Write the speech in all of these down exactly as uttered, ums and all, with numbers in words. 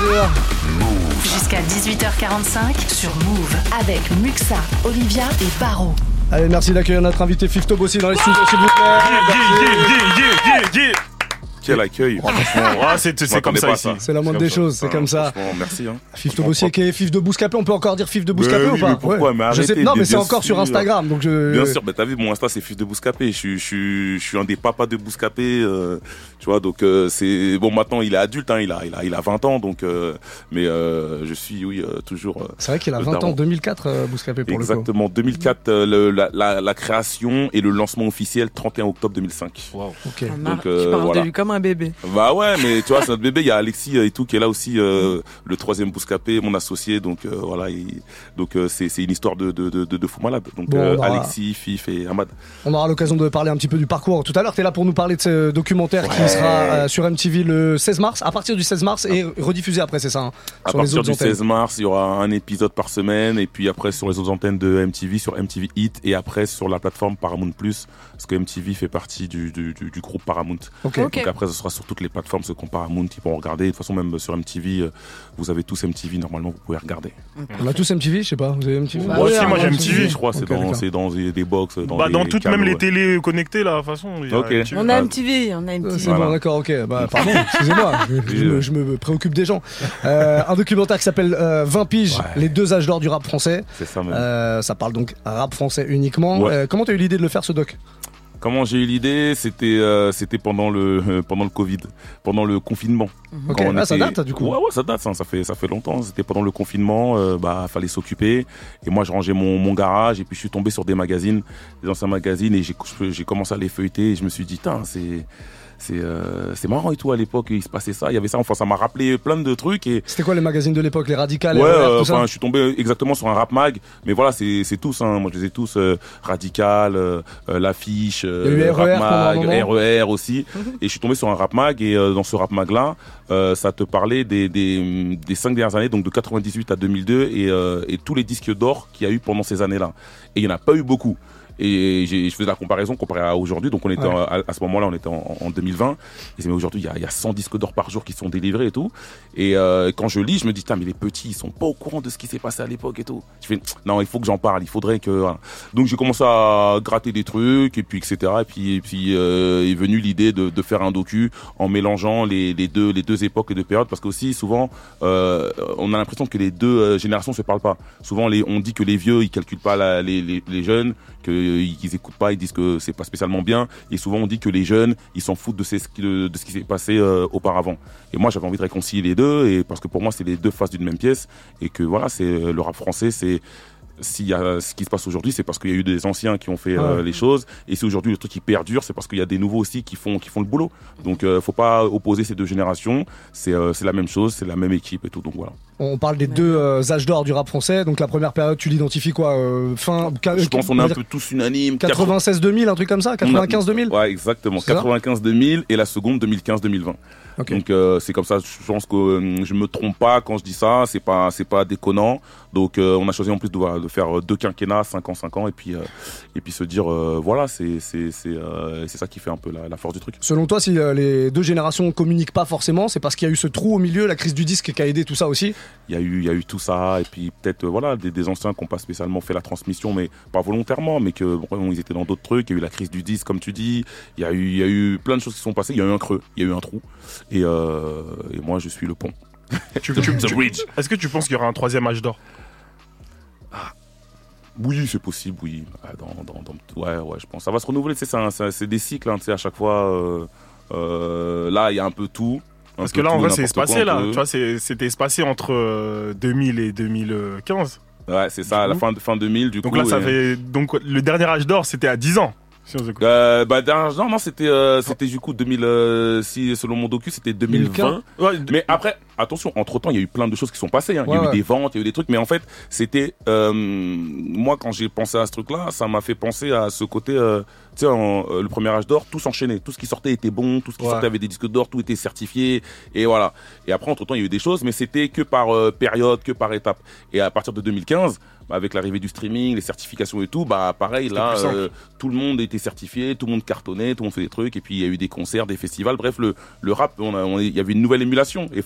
plaisir. Jusqu'à dix-huit heures quarante-cinq sur Move avec Muxa, Olivia et Baro. Allez, merci d'accueillir notre invité Fifto Bossi dans les studios, s'il vous plaît. Yeah, yeah, yeah, yeah, yeah. Quel accueil. Oh, ouais, c'est, c'est comme ça ici. C'est la moindre des choses, c'est comme ça. Merci. Hein. Fifto Bossi qui est Fif de Bouscapé, on peut encore dire Fif de Bouscapé oui, ou pas? mais pourquoi ouais. mais arrêtez, sais, Non, mais c'est bien encore sûr. sur Instagram. Donc je... Bien sûr, bah, t'as vu, mon Insta c'est Fif de Bouscapé. Je suis, je suis, je suis un des papas de Bouscapé. Euh, tu vois, donc euh, c'est bon. Maintenant, il est adulte, hein, il a, il a, il a vingt ans, donc. Euh, mais euh, je suis, oui, euh, toujours. Euh, c'est vrai qu'il a vingt ans, deux mille quatre, euh, Bouscapé pour Exactement, le coup. deux mille quatre, euh, le, la, la, la création et le lancement officiel trente et un octobre deux mille cinq. Wow. Ok. Donc, euh, tu parles voilà. de lui comme un bébé. Bah ouais, mais tu vois, c'est notre bébé. Il y a Alexis et tout qui est là aussi, euh, le troisième Bouscapé, mon associé. Donc euh, voilà, il, donc euh, c'est, c'est une histoire de de de, de fou malade. Donc bon, euh, aura... Alexis, Fif et Ahmad. On aura l'occasion de parler un petit peu du parcours tout à l'heure. T'es là pour nous parler de ce documentaire ouais. qui sera euh, sur M T V le seize mars, à partir du seize mars et rediffusé après, c'est ça hein, à sur partir les autres du antennes. seize mars, il y aura un épisode par semaine et puis après sur les autres antennes de M T V, sur M T V Hit et après sur la plateforme Paramount Plus, parce que M T V fait partie du du, du, du groupe Paramount. Okay. Donc après, ce sera sur toutes les plateformes, ce qu'on Paramount, ils pourront regarder. De toute façon, même sur M T V, vous avez tous M T V, normalement, vous pouvez regarder. Okay. On a tous M T V, je sais pas, vous avez M T V? Bah, moi aussi, moi j'ai M T V. Je crois, c'est, okay, dans, c'est dans des, des box. Dans, bah, des dans toutes, canaux, même ouais. les télés connectées, là, de toute façon. Okay. On a M T V, on a M T V. C'est voilà. Bon, d'accord, ok. Bah, pardon, excusez-moi, je, je, me, je me préoccupe des gens. Euh, un documentaire qui s'appelle euh, vingt piges, ouais. les deux âges d'or du rap français. C'est ça même. Euh, ça parle donc rap français uniquement. Ouais. Euh, comment t'as eu l'idée de le faire, ce doc? Comment j'ai eu l'idée, c'était euh, c'était pendant le euh, pendant le Covid, pendant le confinement. Ok, ah, était... ça date du coup. Ouais ouais, ça date, ça, ça fait ça fait longtemps. C'était pendant le confinement, euh, bah fallait s'occuper. Et moi, je rangeais mon mon garage et puis je suis tombé sur des magazines, des anciens magazines et j'ai j'ai commencé à les feuilleter et je me suis dit, tiens, c'est c'est euh, c'est marrant et tout à l'époque il se passait ça, il y avait ça, enfin ça m'a rappelé plein de trucs. Et c'était quoi les magazines de l'époque, les Radicales, les ouais, R E R, tout enfin ça je suis tombé exactement sur un rap mag, mais voilà, c'est c'est tous hein, moi je les ai tous euh, Radical, euh, l'affiche, euh, rap mag, R E R aussi. Et je suis tombé sur un rap mag et euh, dans ce rap mag là euh, ça te parlait des des des cinq dernières années, donc de quatre-vingt-dix-huit à deux mille deux et euh, et tous les disques d'or qu'il y a eu pendant ces années-là. Et il y en a pas eu beaucoup. Et j'ai, je faisais la comparaison comparé à aujourd'hui, donc on était ouais. à, à ce moment-là, on était en, en deux mille vingt. Et mais aujourd'hui, il y a, il y a cent disques d'or par jour qui sont délivrés et tout. Et euh, quand je lis, je me dis, mais les petits, ils sont pas au courant de ce qui s'est passé à l'époque et tout. Je fais, non, il faut que j'en parle, il faudrait que. Voilà. Donc j'ai commencé à gratter des trucs et puis et cetera. Et puis et puis euh, est venue l'idée de, de faire un docu en mélangeant les, les deux les deux époques et deux périodes, parce qu'aussi souvent euh, on a l'impression que les deux euh, générations se parlent pas. Souvent les, on dit que les vieux ils calculent pas la, les, les les jeunes, que qu'ils écoutent pas, ils disent que c'est pas spécialement bien, et souvent on dit que les jeunes ils s'en foutent de ce, de, de ce qui s'est passé euh, auparavant. Et moi j'avais envie de réconcilier les deux, et parce que pour moi c'est les deux faces d'une même pièce, et que voilà, c'est le rap français, c'est s'il y a ce qui se passe aujourd'hui, c'est parce qu'il y a eu des anciens qui ont fait euh, ouais. les choses, et si aujourd'hui le truc qui perdure, c'est parce qu'il y a des nouveaux aussi qui font qui font le boulot. Donc euh, faut pas opposer ces deux générations, c'est euh, c'est la même chose, c'est la même équipe et tout, donc voilà. On parle des deux euh, âges d'or du rap français, donc la première période tu l'identifies quoi, euh, fin je pense qu'on est un peu tous unanimes, quatre-vingt-seize deux mille, un truc comme ça, quatre-vingt-quinze deux mille. Ouais, exactement, quatre-vingt-quinze deux mille et la seconde deux mille quinze deux mille vingt. Okay. Donc euh, c'est comme ça, je pense que euh, je me trompe pas quand je dis ça, c'est pas c'est pas déconnant. Donc euh, on a choisi en plus de, voilà, de faire deux quinquennats, cinq ans, cinq ans, et puis euh, et puis se dire euh, voilà, c'est c'est c'est euh, c'est ça qui fait un peu la, la force du truc. Selon toi, si euh, les deux générations communiquent pas forcément, c'est parce qu'il y a eu ce trou au milieu, la crise du disque qui a aidé tout ça aussi. Il y a eu il y a eu tout ça, et puis peut-être euh, voilà des, des anciens qui n'ont pas spécialement fait la transmission, mais pas volontairement, mais que bon, ils étaient dans d'autres trucs. Il y a eu la crise du disque, comme tu dis. Il y a eu il y a eu plein de choses qui sont passées. Il y a eu un creux, il y a eu un trou, et euh, et moi je suis le pont. tu, tu, tu, est-ce que tu penses qu'il y aura un troisième âge d'or? Ah, oui, c'est possible, oui. Dans, dans, dans, ouais, ouais, je pense. Ça va se renouveler, c'est ça, c'est, c'est des cycles, hein, tu sais, à chaque fois. Euh, euh, là, il y a un peu tout. Un Parce peu que là, tout, en vrai, c'est espacé, là. Peu. Tu vois, c'est, c'était espacé entre euh, deux mille et deux mille quinze. Ouais, c'est ça, à la fin, fin deux mille, du donc coup. Donc là, ça et... fait. Donc, le dernier âge d'or, c'était à dix ans. Si on euh, bah, dernier, non, non, c'était, euh, c'était du coup deux mille, euh, si, selon mon docu, c'était deux mille vingt. Ouais, mais après, attention, entre temps, il y a eu plein de choses qui sont passées, hein. Il y a ouais, eu ouais. des ventes, il y a eu des trucs, mais en fait, c'était, euh, moi, quand j'ai pensé à ce truc-là, ça m'a fait penser à ce côté, euh, tu sais, euh, le premier âge d'or, tout s'enchaînait. Tout ce qui sortait était bon, tout ce qui ouais. sortait avait des disques d'or, tout était certifié, et voilà. Et après, entre temps, il y a eu des choses, mais c'était que par euh, période, que par étape. Et à partir de deux mille quinze, bah, avec l'arrivée du streaming, les certifications et tout, bah, pareil, c'était là, euh, tout le monde était certifié, tout le monde cartonnait, tout le monde fait des trucs, et puis il y a eu des concerts, des festivals, bref, le, le rap, on a, on, il y avait une nouvelle émulation, et forcément,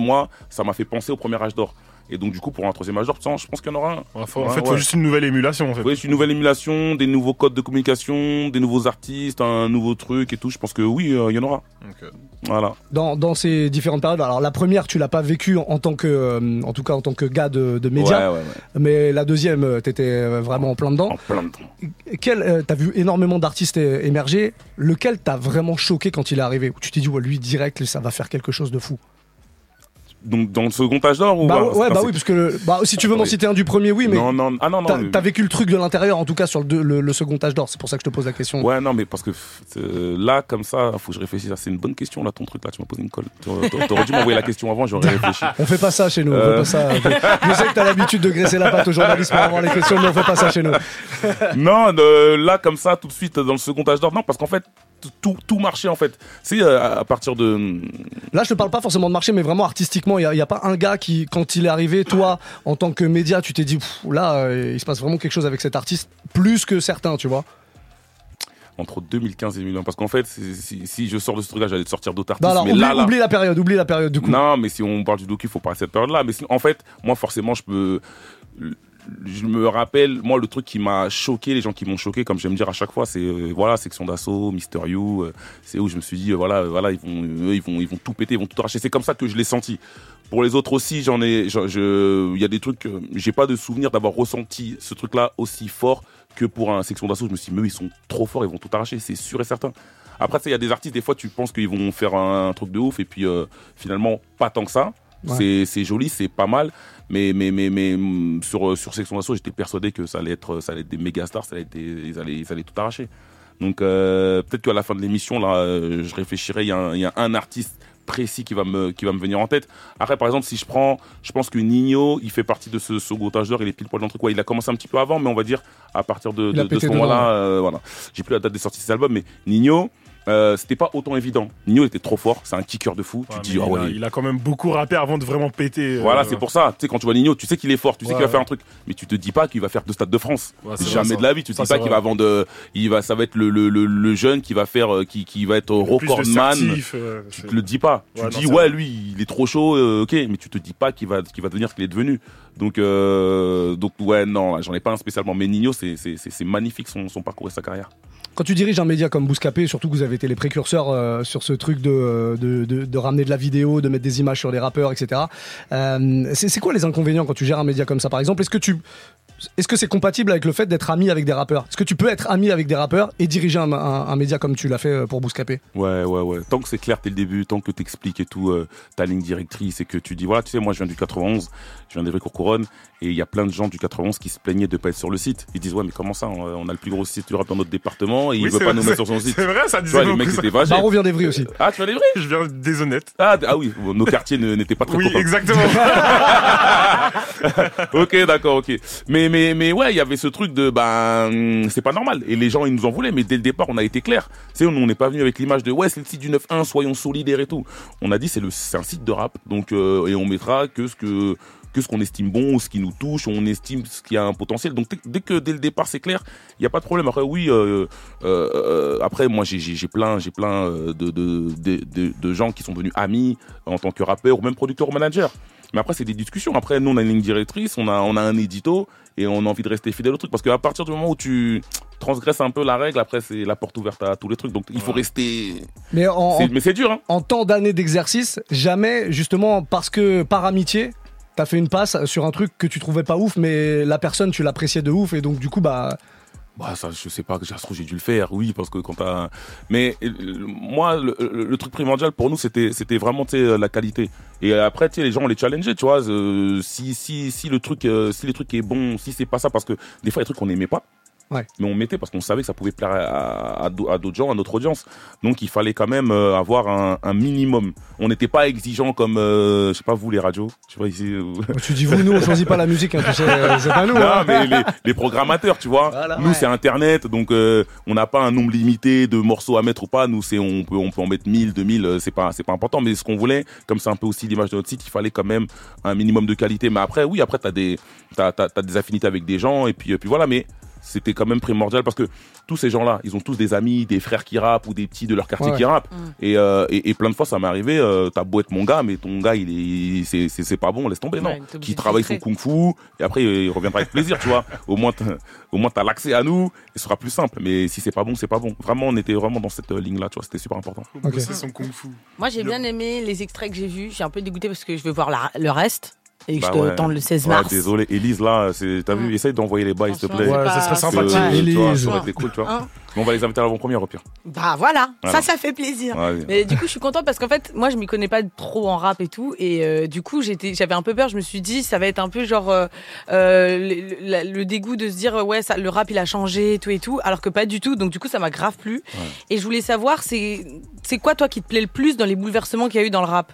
moi, ça m'a fait penser au premier âge d'or. Et donc, du coup, pour un troisième âge d'or, je pense qu'il y en aura un. Ouais, faut, en fait, il ouais. faut juste une nouvelle émulation. En fait. Oui, une nouvelle émulation, des nouveaux codes de communication, des nouveaux artistes, un nouveau truc et tout. Je pense que oui, euh, il y en aura. Okay. Voilà. Dans, dans ces différentes périodes, alors la première, tu l'as pas vécue en, en tant que, euh, en tout cas en tant que gars de, de médias. Ouais, ouais, ouais. Mais la deuxième, t'étais vraiment en plein dedans. En plein dedans. Quel, euh, t'as vu énormément d'artistes émerger. Lequel t'a vraiment choqué quand il est arrivé? Où tu t'es dit, ouais, lui direct, ça va faire quelque chose de fou. Donc dans le second âge d'or ou bah, ouais, bah oui, parce que le, bah, si tu veux m'en citer un du premier, oui, mais non, non, ah, non, non, t'as, mais... t'as vécu le truc de l'intérieur, en tout cas sur le, le, le second âge d'or. C'est pour ça que je te pose la question. Ouais, non, mais parce que euh, là, comme ça, faut que je réfléchisse. C'est une bonne question là, ton truc là. Tu m'as posé une colle. T'aurais dû m'envoyer la question avant, j'aurais réfléchi. On fait pas ça chez nous. Euh... On fait pas ça. Je sais que t'as l'habitude de graisser la patte aux journalistes pour avoir les questions, mais on fait pas ça chez nous. Non, euh, là, comme ça, tout de suite dans le second âge d'or, non, parce qu'en fait. Tout, tout marché en fait. C'est euh, à partir de. Là, je te parle pas forcément de marché, mais vraiment artistiquement. Il y, y a pas un gars qui, quand il est arrivé, toi, en tant que média, tu t'es dit, pff, là, euh, il se passe vraiment quelque chose avec cet artiste, plus que certains, tu vois. Entre deux mille quinze et deux mille vingt, parce qu'en fait, si, si je sors de ce truc-là, j'allais sortir d'autres artistes. Non, alors, mais oublie, là, là... oublie la période, oublie la période du coup. Non, mais si on parle du docu, il faut parler de cette période-là. Mais en fait, moi, forcément, je peux. Je me rappelle, moi, le truc qui m'a choqué, les gens qui m'ont choqué, comme j'aime dire à chaque fois, c'est euh, voilà, Section d'Assaut, Mister You, euh, c'est où je me suis dit, euh, voilà, euh, voilà, ils vont, eux, ils vont, ils vont tout péter, ils vont tout arracher. C'est comme ça que je l'ai senti. Pour les autres aussi, j'en ai, je, je, il y a des trucs, euh, j'ai pas de souvenir d'avoir ressenti ce truc-là aussi fort que pour un Section d'Assaut. Je me suis dit, mais eux, ils sont trop forts, ils vont tout arracher, c'est sûr et certain. Après, il y a des artistes, des fois, tu penses qu'ils vont faire un, un truc de ouf, et puis euh, finalement, pas tant que ça. Ouais. C'est, c'est joli, c'est pas mal, mais, mais, mais, mais sur, sur Section d'Assaut, j'étais persuadé que ça allait être, ça allait être des méga stars, ça allait être des, ils, allaient, ils allaient tout arracher. Donc euh, peut-être qu'à la fin de l'émission, là, euh, je réfléchirai, il y a un, il y a un artiste précis qui va, me, qui va me venir en tête. Après, par exemple, si je prends, je pense que Ninho, il fait partie de ce second âge d'or, il est pile poil dans le truc. Ouais, il a commencé un petit peu avant, mais on va dire à partir de, de, de ce moment-là, euh, voilà. J'ai plus la date de sortie de cet album, mais Ninho, Euh, c'était pas autant évident. Ninho était trop fort, c'est un kicker de fou. Ouais, tu dis, oh, il, ouais, a, il a quand même beaucoup rappé avant de vraiment péter. Voilà, euh... c'est pour ça. Tu sais, quand tu vois Ninho, tu sais qu'il est fort, tu sais ouais, qu'il va ouais. faire un truc, mais tu te dis pas qu'il va faire deux stades de France. Ouais, Jamais vrai, de la vie. Tu te ça, dis pas qu'il va vendre, il va, ça va être le, le, le, le jeune qui va faire, qui, qui va être recordman. Euh, tu te le dis pas. Ouais, tu non, dis, ouais, lui, il est trop chaud, euh, ok, mais tu te dis pas qu'il va, qu'il va devenir ce qu'il est devenu. Donc, euh, donc, ouais, non, j'en ai pas un spécialement. Mais Ninho, c'est, c'est, c'est, c'est magnifique son, son parcours et sa carrière. Quand tu diriges un média comme Bouscapé, surtout que vous avez été les précurseurs euh, sur ce truc de, de, de, de ramener de la vidéo, de mettre des images sur les rappeurs, et cetera. Euh, c'est, c'est quoi les inconvénients quand tu gères un média comme ça, par exemple? Est-ce que tu, est-ce que c'est compatible avec le fait d'être ami avec des rappeurs? Est-ce que tu peux être ami avec des rappeurs et diriger un, un, un média comme tu l'as fait pour Bouscapé? Ouais, ouais, ouais. Tant que c'est clair dès le début, tant que t'expliques et tout, euh, ta ligne directrice et que tu dis, voilà, tu sais, moi je viens du quatre-vingt-onze, je viens d'Evry-Courcouronnes, et il y a plein de gens du quatre-vingt-onze qui se plaignaient de pas être sur le site. Ils disent, ouais, mais comment ça? On a le plus gros site du rap dans notre département et oui, il veut pas vrai, nous mettre sur son site. C'est vrai, ça disait tu vois, les mecs étaient vachés. Baron vient d'Evry aussi. Ah, tu viens d'Evry? Je viens des Honnêtes. Ah, ah oui, nos quartiers n'étaient pas très oui, copains. Oui, exactement. Ok, d'accord, ok. Mais, mais, mais ouais, il y avait ce truc de, ben, c'est pas normal. Et les gens, ils nous en voulaient, mais dès le départ, on a été clair. Tu sais, on n'est pas venu avec l'image de, ouais, c'est le site du neuf un, soyons solidaires et tout. On a dit, c'est le, c'est un site de rap. Donc, euh, et on mettra que ce que, que ce qu'on estime bon, ce qui nous touche, on estime ce qui a un potentiel. Donc dès que dès le départ c'est clair, il y a pas de problème. Après oui, euh, euh, après moi j'ai j'ai, j'ai plein j'ai plein de de, de de de gens qui sont devenus amis en tant que rappeur ou même producteur ou manager. Mais après c'est des discussions. Après nous on a une ligne directrice, on a on a un édito et on a envie de rester fidèle au truc parce qu'à partir du moment où tu transgresses un peu la règle, après c'est la porte ouverte à tous les trucs. Donc il faut rester. Mais en, c'est, mais c'est dur. Hein. En temps d'années d'exercice, jamais justement parce que par amitié. T'as fait une passe sur un truc que tu trouvais pas ouf, mais la personne, tu l'appréciais de ouf, et donc du coup, bah... Bah ça, je sais pas, ça se trouve, j'ai dû le faire, oui, parce que quand t'as... Mais euh, moi, le, le, le truc primordial pour nous, c'était, c'était vraiment, tu sais, la qualité. Et après, tu sais, les gens, on les challengeait, tu vois, euh, si, si, si le truc, euh, si le truc est bon, si c'est pas ça, parce que des fois, il y a des trucs qu'on n'aimait pas. Ouais. Mais on mettait parce qu'on savait que ça pouvait plaire à, à, à d'autres gens, à notre audience. Donc il fallait quand même euh, avoir un, un minimum. On n'était pas exigeant comme, euh, je sais pas vous les radios. Je sais pas ici. Euh... Tu dis vous, nous on choisit pas la musique, hein, tu sais, c'est pas nous. Non, hein. mais les, les programmateurs, tu vois. Voilà, nous ouais. C'est Internet, donc euh, on n'a pas un nombre limité de morceaux à mettre ou pas. Nous c'est on peut on peut en mettre mille, deux mille, c'est pas c'est pas important. Mais ce qu'on voulait, comme c'est un peu aussi l'image de notre site, il fallait quand même un minimum de qualité. Mais après oui, après t'as des t'as t'as, t'as des affinités avec des gens et puis et puis voilà. Mais c'était quand même primordial parce que tous ces gens-là, ils ont tous des amis, des frères qui rappent ou des petits de leur quartier ouais. qui rappent. Mmh. Et, euh, et, et plein de fois, ça m'est arrivé, euh, t'as beau être mon gars, mais ton gars, il est, c'est, c'est, c'est pas bon, laisse tomber, ouais, non. Qui travaille son kung-fu, et après, il reviendra avec plaisir, tu vois. Au moins, t'as, au moins, t'as l'accès à nous, et ce sera plus simple. Mais si c'est pas bon, c'est pas bon. Vraiment, on était vraiment dans cette ligne-là, tu vois, c'était super important. Okay. C'est son kung-fu. Moi, j'ai bien aimé les extraits que j'ai vus. J'ai un peu dégoûté parce que je veux voir la, le reste. Et que bah je te ouais. tente le seize mars. Ouais, désolé, Élise, là, c'est, t'as mmh. vu, essaye d'envoyer les bails, s'il te plaît. Ouais, ça serait sympathique. Euh, Élise. Tu vois, ça aurait été cool, tu vois. Hein? Mais on va les inviter à l'avant-première, au pire. Bah voilà, voilà. ça, ça fait plaisir. Ouais, mais du coup, je suis contente parce qu'en fait, moi, je m'y connais pas trop en rap et tout. Et euh, du coup, j'étais, j'avais un peu peur. Je me suis dit, ça va être un peu genre euh, euh, le, le, le dégoût de se dire, ouais, ça, le rap, il a changé, tout et tout. Alors que pas du tout. Donc, du coup, ça m'a grave plu. Ouais. Et je voulais savoir, c'est, c'est quoi, toi, qui te plaît le plus dans les bouleversements qu'il y a eu dans le rap?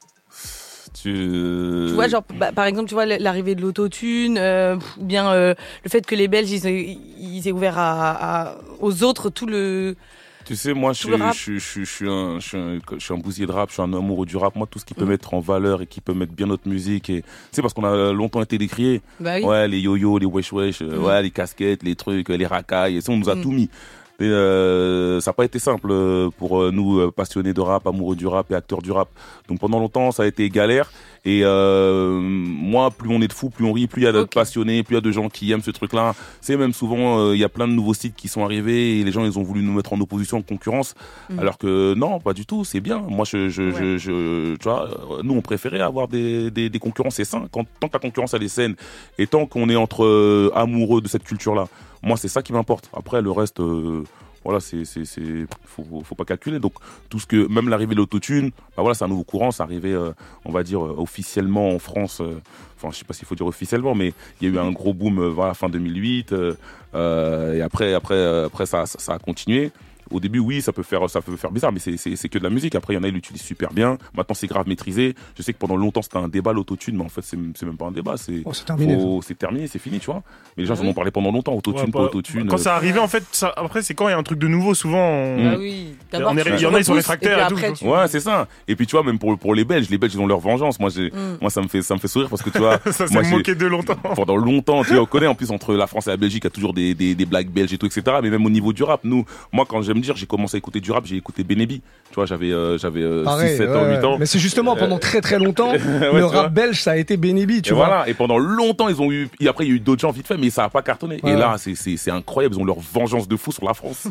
Tu... tu vois, genre, bah, par exemple, tu vois, l'arrivée de l'autotune, euh, ou bien euh, le fait que les Belges, ils, ils aient ouvert à, à, aux autres tout le... Tu sais, moi, je suis, je, je, je, suis un, je, suis un, je suis un bousier de rap, je suis un amoureux du rap. Moi, tout ce qui peut mmh. mettre en valeur et qui peut mettre bien notre musique. Et, tu sais, parce qu'on a longtemps été décriés. Bah oui. Ouais, les yo-yo, les wesh-wesh, mmh. ouais, les casquettes, les trucs, les racailles. Et ça, on nous a mmh. tout mis. Mais euh, ça n'a pas été simple pour nous, passionnés de rap, amoureux du rap et acteurs du rap. Donc pendant longtemps, ça a été galère. Et euh, moi, plus on est de fous, plus on rit, plus il y a de okay. passionnés, plus il y a de gens qui aiment ce truc-là. C'est même souvent, il euh, y a plein de nouveaux sites qui sont arrivés et les gens, ils ont voulu nous mettre en opposition, en concurrence. Mmh. Alors que non, pas du tout, c'est bien. Moi, je, je, ouais. je, je, tu vois, nous, on préférait avoir des, des, des concurrents, c'est sain. Quand, tant que la concurrence, elle est saine et tant qu'on est entre euh, amoureux de cette culture-là, moi, c'est ça qui m'importe. Après, le reste... Euh, Voilà, c'est, c'est, c'est, faut, faut pas calculer. Donc, tout ce que, même l'arrivée de l'autotune, bah voilà, c'est un nouveau courant, c'est arrivé, euh, on va dire, euh, officiellement en France, euh, enfin, je sais pas s'il faut dire officiellement, mais il y a eu un gros boom, euh, voilà, fin deux mille huit, euh, euh, et après, après, euh, après, ça, ça, ça a continué. Au début, oui, ça peut faire, ça peut faire bizarre, mais c'est, c'est, c'est que de la musique. Après, il y en a, ils l'utilisent super bien. Maintenant, c'est grave maîtrisé. Je sais que pendant longtemps, c'était un débat, l'autotune, mais en fait, c'est, c'est même pas un débat. C'est, oh, c'est terminé. Faut, c'est terminé, c'est fini, tu vois. Mais les gens, oui. en ont parlé pendant longtemps. Autotune, ouais, pas autotune. Quand ça arrivait, en fait, ça, après, c'est quand il y a un truc de nouveau, souvent. On... Bah oui. On est, il y en a, ils sont réfractaires et, et tout. Après, tu... Ouais, c'est ça. Et puis, tu vois, même pour, pour les Belges, les Belges, ils ont leur vengeance. Moi, j'ai, mm. moi, ça me fait, ça me fait sourire parce que, tu vois. ça moi, s'est moqué de longtemps. Pendant longtemps, tu vois, on connaît, en plus, entre la France et la Belgique, il y a toujours des, des, des blagues belges et tout, et cetera. Mais même au niveau du rap, nous, moi, quand j'aime dire, j'ai commencé à écouter du rap, j'ai écouté Benebi. Tu vois, j'avais, euh, j'avais euh, six, sept ans, huit ans. Mais c'est justement pendant très très longtemps, ouais, le rap belge, ça a été Benebi, tu et vois. Voilà. Et pendant longtemps, ils ont eu, et après, il y a eu d'autres gens vite fait, mais ça a pas cartonné. Ouais. Et là, c'est, c'est, c'est incroyable. Ils ont leur vengeance de fou sur la France.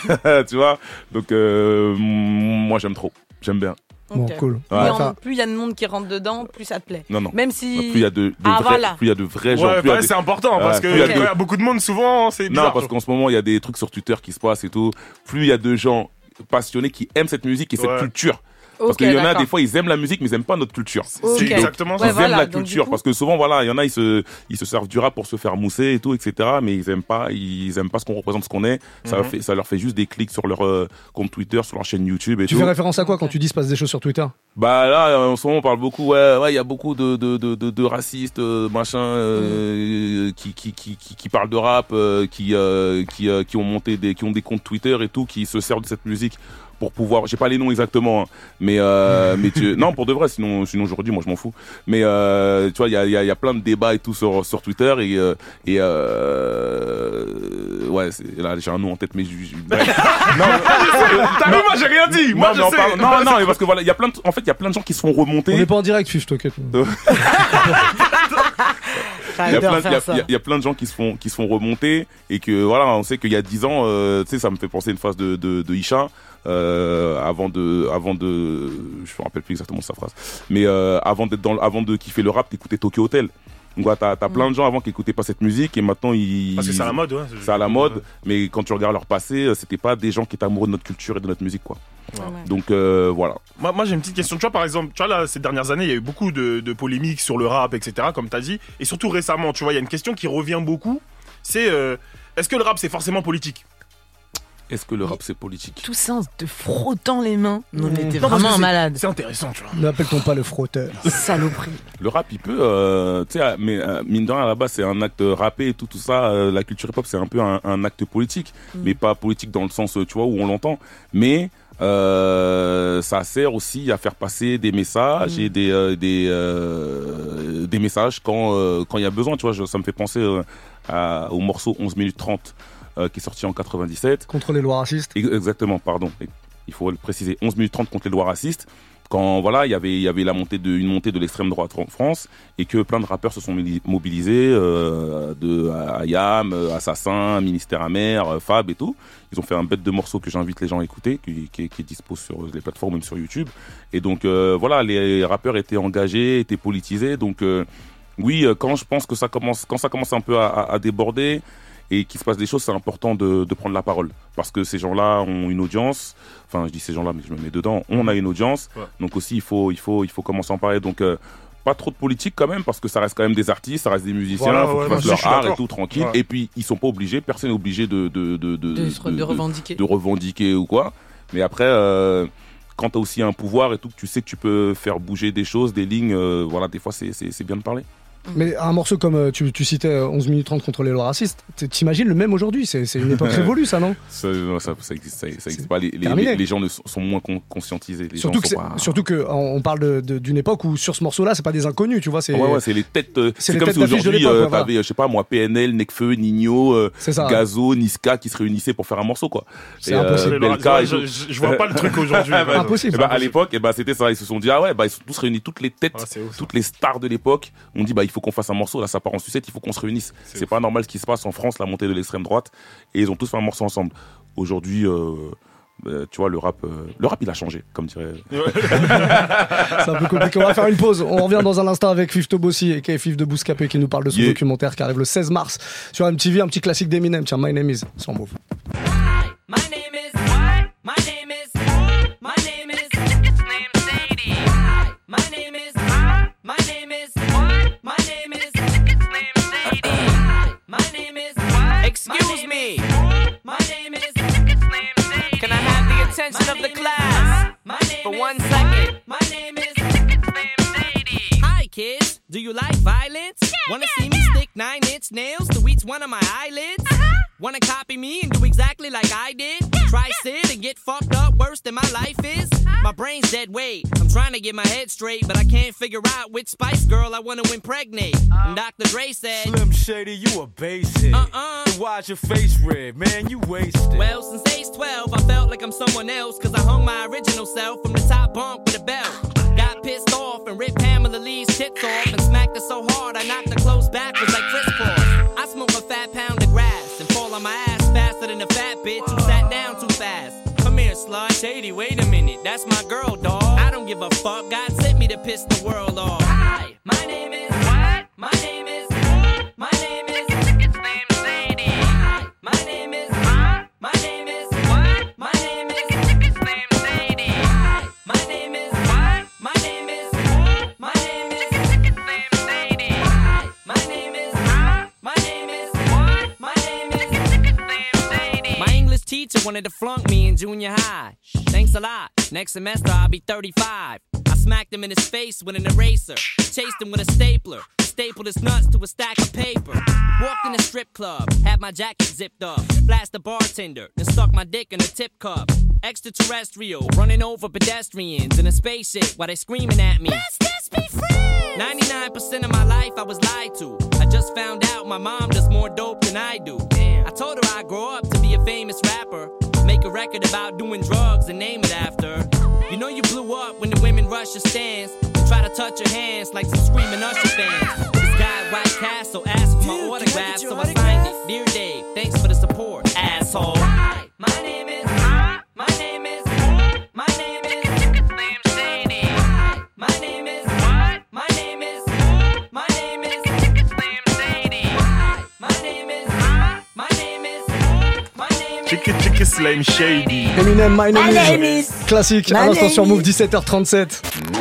Tu vois. Donc, euh, moi, j'aime trop. J'aime bien. Okay. Bon, cool. Ouais. Plus il y a de monde qui rentre dedans, plus ça te plaît. Non, non. Même si. Plus il y a de, de ah, vrais, voilà. plus il y a de vrais gens. Ouais, plus bah, y a c'est des... important parce que okay. il y a beaucoup de monde, souvent, c'est bizarre. Non, parce qu'en ce moment, il y a des trucs sur Twitter qui se passent et tout. Plus il y a de gens passionnés qui aiment cette musique et cette ouais. culture. Parce okay, qu'il y en d'accord. a des fois ils aiment la musique mais ils aiment pas notre culture. Okay. C'est exactement ça. Ils ouais, aiment voilà, la culture coup... parce que souvent voilà il y en a ils se ils se servent du rap pour se faire mousser et tout et cetera. Mais ils aiment pas ils aiment pas ce qu'on représente ce qu'on est. Ça mm-hmm. leur fait ça leur fait juste des clics sur leur euh, compte Twitter sur leur chaîne YouTube et tu tout. fais référence à quoi quand tu dis se passe des choses sur Twitter? Bah là en ce moment on parle beaucoup ouais ouais il y a beaucoup de de de de, de racistes euh, machin euh, mm. qui, qui qui qui qui parlent de rap euh, qui euh, qui euh, qui ont monté des qui ont des comptes Twitter et tout qui se servent de cette musique pour pouvoir, j'ai pas les noms exactement, hein, mais euh, mais tu, non pour de vrai, sinon sinon aujourd'hui moi je m'en fous. Mais euh, tu vois il y a il y a il y a plein de débats et tout sur sur Twitter et euh, et euh, ouais c'est, là j'ai un nom en tête mais je, je, bref. non, t'as vu moi j'ai rien dit. Moi non, je sais. Parle, non non mais parce que voilà il y a plein de, en fait il y a plein de gens qui se font remonter. On n'est pas en direct, Fif, t'inquiète. Il y, a plein, il, y a, il y a plein de gens qui se font qui se font remonter et que voilà on sait qu'il y a dix ans euh, tu sais ça me fait penser à une phrase de de, de Isha euh, avant de avant de je me rappelle plus exactement de sa phrase mais euh, avant d'être dans avant de kiffer le rap t'écoutais Tokyo Hotel. Donc ouais, t'as, t'as plein de gens avant qui écoutaient pas cette musique et maintenant ils parce que c'est à la mode ouais c'est, c'est à la mode ouais. Mais quand tu regardes leur passé c'était pas des gens qui étaient amoureux de notre culture et de notre musique quoi. Ouais. Donc euh, voilà. Moi, moi j'ai une petite question. Tu vois par exemple, tu vois là ces dernières années il y a eu beaucoup de, de polémiques sur le rap et cetera comme t'as dit et surtout récemment tu vois il y a une question qui revient beaucoup c'est euh, est-ce que le rap c'est forcément politique? Est-ce que le rap c'est politique? Tout ça en te frottant les mains. Non, mais t'es vraiment un malade. C'est intéressant, tu vois. N'appelle-t-on pas le frotteur? Saloperie. Le rap, il peut, euh, tu sais, mais euh, mine de rien, à la base, c'est un acte rappé et tout, tout ça. Euh, la culture hip-hop, c'est un peu un, un acte politique, mm. mais pas politique dans le sens, tu vois, où on l'entend. Mais euh, ça sert aussi à faire passer des messages mmh. et des euh, des euh, des messages quand euh, quand il y a besoin, tu vois. Je, ça me fait penser euh, à, au morceau onze minutes trente euh, qui est sorti en quatre-vingt-dix-sept. Contre les lois racistes. Exactement, pardon. Il faut le préciser. onze minutes trente contre les lois racistes. Quand voilà, il y avait il y avait la montée de une montée de l'extrême droite en France et que plein de rappeurs se sont mobilisés, euh, de Ayam, Assassin, Ministère Amer, Fab et tout. Ils ont fait un bête de morceaux que j'invite les gens à écouter, qui, qui, qui est dispo sur les plateformes, même sur YouTube. Et donc euh, voilà, les rappeurs étaient engagés, étaient politisés. Donc euh, oui, quand je pense que ça commence, quand ça commence un peu à, à, à déborder et qu'il se passe des choses, c'est important de, de prendre la parole. Parce que ces gens-là ont une audience. Enfin, je dis ces gens-là, mais je me mets dedans. On a une audience. Ouais. Donc aussi, il faut, il faut, il faut commencer à en parler. Donc, euh, pas trop de politique quand même, parce que ça reste quand même des artistes, ça reste des musiciens, il voilà, faut ouais, qu'ils fassent leur art et tout, tranquille. Ouais. Et puis, ils sont pas obligés, personne n'est obligé de de, de, de, de, de, de, revendiquer. de, de revendiquer ou quoi. Mais après... Euh, quand tu as aussi un pouvoir et tout, que tu sais que tu peux faire bouger des choses, des lignes, euh, voilà, des fois, c'est, c'est, c'est bien de parler. Mais un morceau comme tu, tu citais onze minutes trente contre les lois racistes, t'imagines le même aujourd'hui, c'est, c'est une époque révolue ça, non? Ça, ça, ça existe, ça, ça existe pas. Les, les, les gens ne sont, sont moins con, conscientisés. Les surtout, gens que sont pas... surtout que on parle de, de, d'une époque où sur ce morceau-là, c'est pas des inconnus, tu vois. C'est, ouais, ouais, c'est les têtes. Euh, c'est, c'est les comme têtes si aujourd'hui, euh, ouais, t'avais, voilà. je sais pas moi, P N L, Nekfeu, Nino, euh, Gazo, Niska qui se réunissaient pour faire un morceau, quoi. C'est et, impossible. Euh, Belka, je, je, je vois pas le truc aujourd'hui. bah, impossible. Et bah, à l'époque, et bah, c'était ça. Ils se sont dit ah ouais, bah ils sont tous réunis, toutes les têtes, ah, ouf, toutes les stars de l'époque. On dit bah il faut qu'on fasse un morceau. Là, ça part en sucette, il faut qu'on se réunisse. C'est, c'est pas normal ce qui se passe en France, la montée de l'extrême droite, et ils ont tous fait un morceau ensemble. Aujourd'hui, euh, euh, tu vois, le rap, euh, le rap, il a changé, comme dirait. C'est un peu compliqué. On va faire une pause. On revient dans un instant avec Fif Tobossi et Fif de Bouscapé qui nous parle de son yeah. documentaire qui arrive le seize mars sur M T V, un petit classique d'Eminem. Tiens, My Name Is, sans Move. My name is what? My name is my name is it's named Sadie. My name is my name is what? My name is it's named Sadie. My name is what? Excuse me. My name is it's named Sadie. Can I have the attention of the class for one second? My name is it's named Sadie. Hi kids, do you like violence? Yeah, Wanna yeah, see me yeah. stick nine inch nails to each one of my eyelids? Uh-huh. Wanna copy me and do exactly like I did? Yeah, Try yeah. sit and get fucked up worse than my life is? Huh? My brain's dead weight. I'm trying to get my head straight, but I can't figure out which Spice Girl I wanna impregnate. Uh, and Doctor Dre said, Slim Shady, you a basic. Uh-uh. Then why's your face red? Man, you wasted. Well, since age twelve, I felt like I'm someone else, cause I hung my original self from the top bunk with a belt. Got pissed off and ripped Pamela Lee's tits off and smacked her so hard I knocked her clothes backwards like Chris Cross. I smoke a fat pound of grass and fall on my ass faster than a fat bitch who sat down too fast. Come here, slut. Shady, wait a minute, that's my girl, dawg. I don't give a fuck, God sent me to piss the world off. Hi, my name is what? My name is my name is it's named Sadie. Hi, my name is huh? My name is what? My name is it's named Sadie. Hi, my name is what? My name is my name is it's named Sadie. Hi, my name is huh? My name is what? My name is it's named Sadie. My English teacher wanted to flunk me in junior high. Thanks a lot. Next semester I'll be thirty-five. I smacked him in his face with an eraser. Chased him with a stapler. Stapled his nuts to a stack of paper. Walked in a strip club. Had my jacket zipped up. Flashed the bartender. Then stuck my dick in a tip cup. Extraterrestrial. Running over pedestrians in a spaceship while they screaming at me. Let's just be friends. ninety-nine percent of my life I was lied to. I just found out my mom does more dope than I do. Damn. I told her I'd grow up to be a famous rapper. Make a record about doing drugs and name it after. You know you blew up when the women rush your stands and try to touch your hands like some screaming Usher fans. This guy at White Castle asked for my Dude, autograph, so I signed it. Dear Dave, thanks for the support, asshole. Hi, my name is huh? My name is my name is it's named Sadie. Hi, my name is what? My name is my name is it's named Sadie. Hi, my name is huh? My name is my name is Chicky Chicky Slim Shady. Eminem, My Name Is. Classique, à l'instant sur Move, dix-sept heures trente-sept.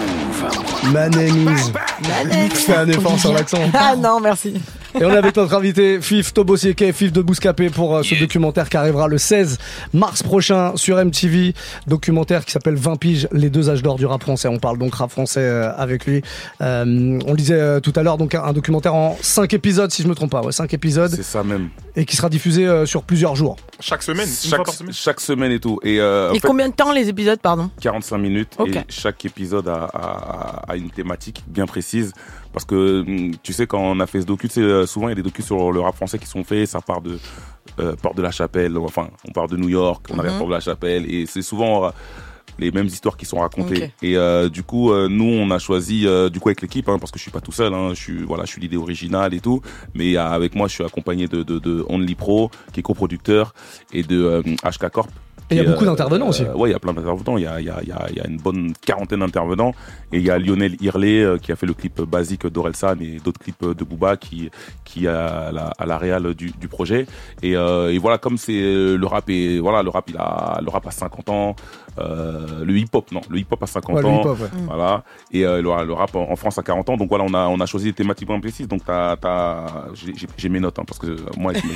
My Name Is. Fais un effort sur l'accent. Ah non, merci. Et on est avec notre invité Fif Tobossi et Fif de Bouscapé pour euh, ce yeah. documentaire qui arrivera le seize mars prochain sur M T V. Documentaire qui s'appelle vingt piges, les deux âges d'or du rap français. On parle donc rap français euh, avec lui. Euh, on le disait euh, tout à l'heure, donc un documentaire en cinq épisodes si je me trompe pas. Ouais, cinq épisodes. C'est ça même. Et qui sera diffusé euh, sur plusieurs jours. Chaque semaine, chaque, une fois par semaine. Chaque semaine et tout. Et, euh, et en fait, combien de temps les épisodes, pardon? quarante-cinq minutes. Okay. Et chaque épisode a, a, a une thématique bien précise. Parce que tu sais, quand on a fait ce docu, tu sais, souvent il y a des docus sur le rap français qui sont faits. Ça part de euh, Porte de la Chapelle. Enfin, on part de New York, on mm-hmm. arrive à Porte de la Chapelle. Et c'est souvent les mêmes histoires qui sont racontées. Okay. Et euh, du coup, euh, nous, on a choisi, euh, du coup, avec l'équipe, hein, parce que je suis pas tout seul, hein, je suis, voilà, je suis l'idée originale et tout, mais euh, avec moi, je suis accompagné de, de, de Only Pro, qui est coproducteur, et de euh, H K Corp. Et il y a beaucoup euh, d'intervenants aussi. Euh, ouais, il y a plein d'intervenants. Il y a, il y a, il y a, il y a une bonne quarantaine d'intervenants. Et il y a Lionel Hirley euh, qui a fait le clip basique d'Orelsan et d'autres clips de Booba qui, qui a la, à la réal du, du projet. Et, euh, et voilà, comme c'est le rap et voilà, le rap, il a, le rap a cinquante ans. Euh, le hip-hop, non, le hip-hop a cinquante ouais, ans. Ouais. Voilà. Et euh, le, le rap en, en France a quarante ans. Donc voilà, on a, on a choisi des thématiques bien précises. Donc t'as, t'as, j'ai, j'ai, j'ai mes notes, hein, parce que moi, je